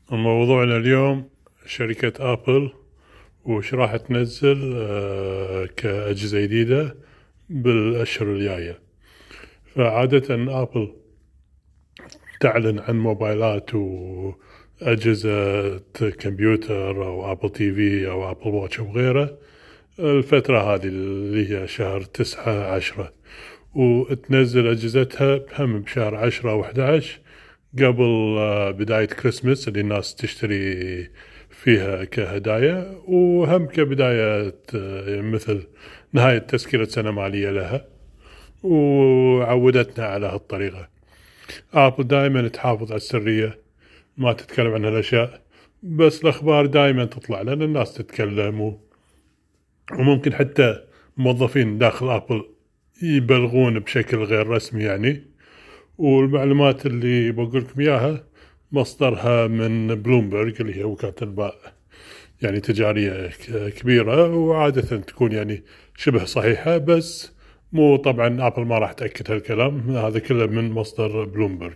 موضوعنا اليوم شركة أبل وش راح تنزل كأجهزة جديدة بالأشهر الجاية. فعادة أبل تعلن عن موبايلات وأجهزة كمبيوتر أو أبل تي في أو أبل واتش أو غيره الفترة هذه اللي هي شهر 9-10، وتنزل أجهزتها هم بشهر 10 أو 11 قبل بداية كريسمس اللي الناس تشتري فيها كهدايا، وهم كبداية مثل نهاية تسكيرة سنة مالية لها، وعودتنا على هالطريقة. أبل دائما تحافظ على السرية، ما تتكلم عن هالأشياء، بس الأخبار دائما تطلع لأن الناس تتكلم، وممكن حتى موظفين داخل أبل يبلغون بشكل غير رسمي يعني. والمعلومات اللي بقول لكم إياها مصدرها من بلومبرج اللي هي وكالة أنباء يعني تجارية كبيرة، وعادة تكون يعني شبه صحيحة، بس مو طبعا أبل ما راح تأكد هالكلام، هذا كله من مصدر بلومبرج.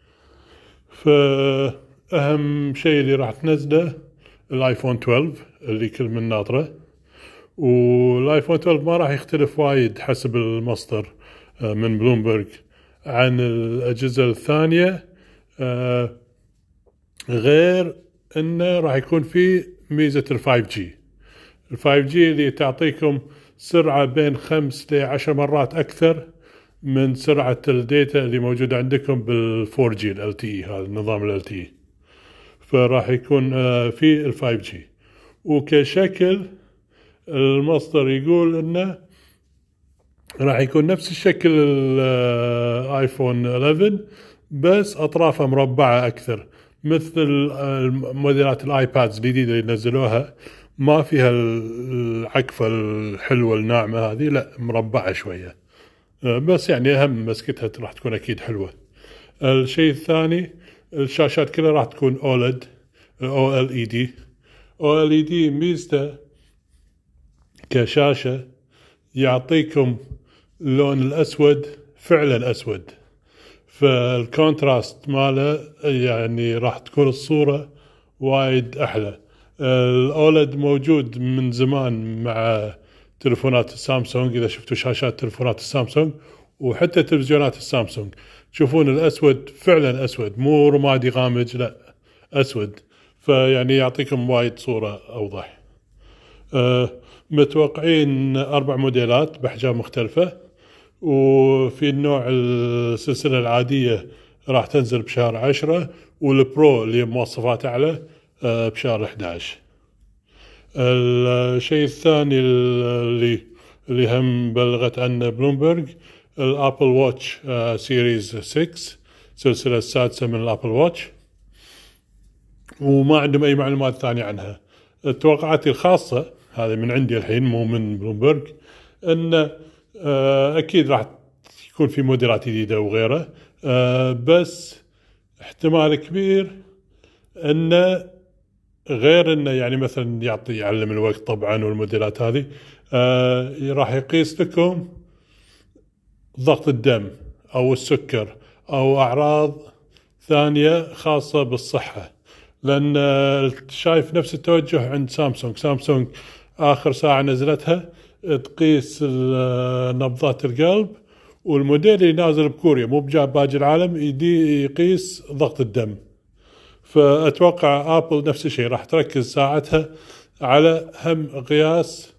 فأهم شيء اللي راح تنزله الآيفون 12 اللي كل من ناطره، والايفون 12 ما راح يختلف وايد حسب المصدر من بلومبرج عن الأجهزة الثانية، غير انه راح يكون في ميزة ال5G اللي تعطيكم سرعة بين 5 ل10 مرات أكثر من سرعة الداتا اللي موجودة عندكم بال4G LTE، هذا النظام LTE. فراح يكون في ال5G، وكشكل المصدر يقول انه راح يكون نفس الشكل الايفون 11 بس اطرافه مربعه اكثر، مثل موديلات الايبادز الجديده اللي نزلوها، ما فيها العكفه الحلوه الناعمه هذه، لا مربعه شويه، بس يعني اهم مسكتها راح تكون اكيد حلوه. الشيء الثاني الشاشات كلها راح تكون OLED OLED ميزته كشاشة يعطيكم اللون الأسود فعلا أسود، فالكونتراست ماله يعني راح تكون الصورة وايد أحلى. الأولد موجود من زمان مع تلفونات السامسونج، إذا شفتوا شاشات تلفونات السامسونج وحتى تلفزيونات السامسونج تشوفون الأسود فعلا أسود، مو رمادي غامج، لا أسود، فيعني يعطيكم وايد صورة أوضح. متوقعين 4 موديلات بأحجام مختلفة، وفي النوع السلسلة العادية راح تنزل بشهر 10، والبرو اللي مواصفات أعلى بشهر 11. الشيء الثاني اللي هم بلغت عنه بلومبرج الأبل واتش سيريز 6، السلسلة السادسة من الأبل واتش، وما عندهم أي معلومات ثانية عنها. توقعاتي الخاصة هذا من عندي الحين مو من بلومبرج، أن أكيد راح يكون في موديلات جديدة وغيره، بس احتمال كبير أنه غير أنه يعني مثلا يعلم الوقت طبعا والموديلات هذه، راح يقيس لكم ضغط الدم أو السكر أو أعراض ثانية خاصة بالصحة، لأن شايف نفس التوجه عند سامسونج آخر ساعة نزلتها تقيس نبضات القلب، والموديل اللي نازل بكوريا مو بجاب باقي العالم يقيس ضغط الدم. فأتوقع أبل نفس الشيء راح تركز ساعتها على هم قياس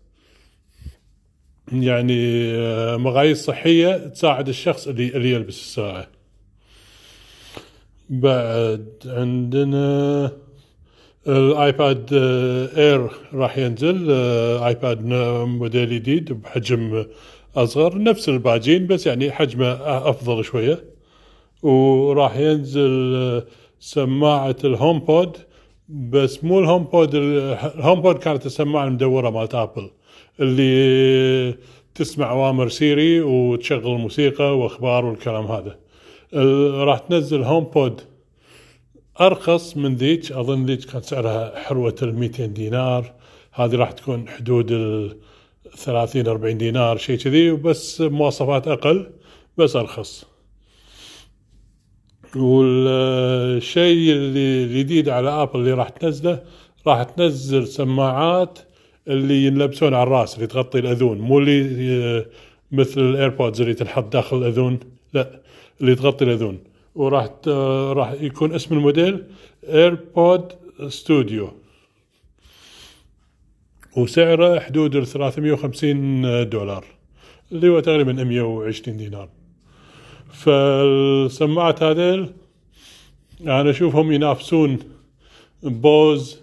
يعني مقاييس صحية تساعد الشخص اللي يلبس الساعة. بعد عندنا الايباد اير راح ينزل، ايباد موديل جديد بحجم اصغر نفس الباجين بس يعني حجمه افضل شوية، وراح ينزل سماعة الهوم بود، بس مو الهوم بود كانت السماعة المدورة مالت ابل اللي تسمع اوامر سيري وتشغل موسيقى واخبار والكلام هذا. راح تنزل هوم بود أرخص من ذيك، أظن ذيك كان سعرها حروة 200 دينار، هذه راح تكون حدود 30-40 دينار شيء كذي، وبس مواصفات أقل بس أرخص. والشيء الجديد على ابل اللي راح تنزله، راح تنزل سماعات اللي ينلبسون على الراس اللي تغطي الاذون، مو اللي مثل الايربودز اللي تنحط داخل الاذون، لا اللي تغطي الاذون. راح يكون اسم الموديل ايربود ستوديو، وسعره حدود $350 اللي هو تقريبا 120 دينار. فالسماعات هذيل أنا أشوفهم ينافسون بوز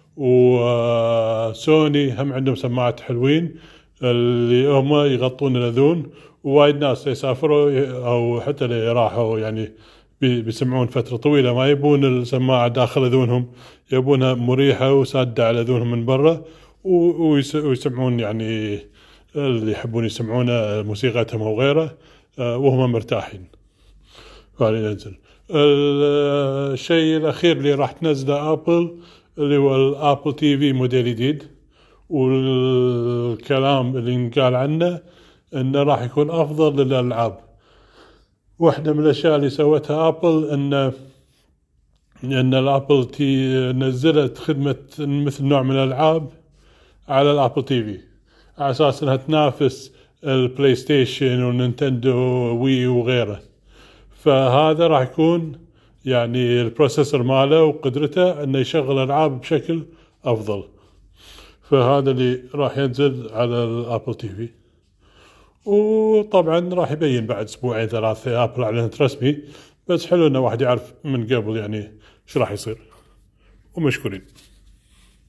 وسوني، هم عندهم سماعات حلوين اللي هم يغطون الأذون. ووايد ناس يسافروا أو حتى اللي راحوا يعني بيسمعون فترة طويلة، ما يبون السماعة داخل أذونهم، يبونها مريحة وسادة على أذونهم من برا، ويسمعون يعني اللي يحبون يسمعون موسيقتهم أو غيره وهم مرتاحين. فهذا ينزل. الشيء الأخير اللي راح تنزله أبل اللي هو الأبل تي في موديل جديد، والكلام اللي نقال عنه إنه راح يكون أفضل للألعاب. واحدة من الأشياء اللي سوتها أبل إن الأبل تي نزلت خدمة مثل نوع من الألعاب على الأبل تي في، على أساس إنها تنافس البلاي ستيشن والنينتندو وي وغيره. فهذا راح يكون يعني البروسيسور ماله وقدرته إنه يشغل ألعاب بشكل أفضل. فهذا اللي راح ينزل على الأبل تي في. وطبعا راح يبين بعد أسبوعين ثلاثة أبل أعلنت رسمي، بس حلو إنه واحد يعرف من قبل يعني شو راح يصير. ومشكورين.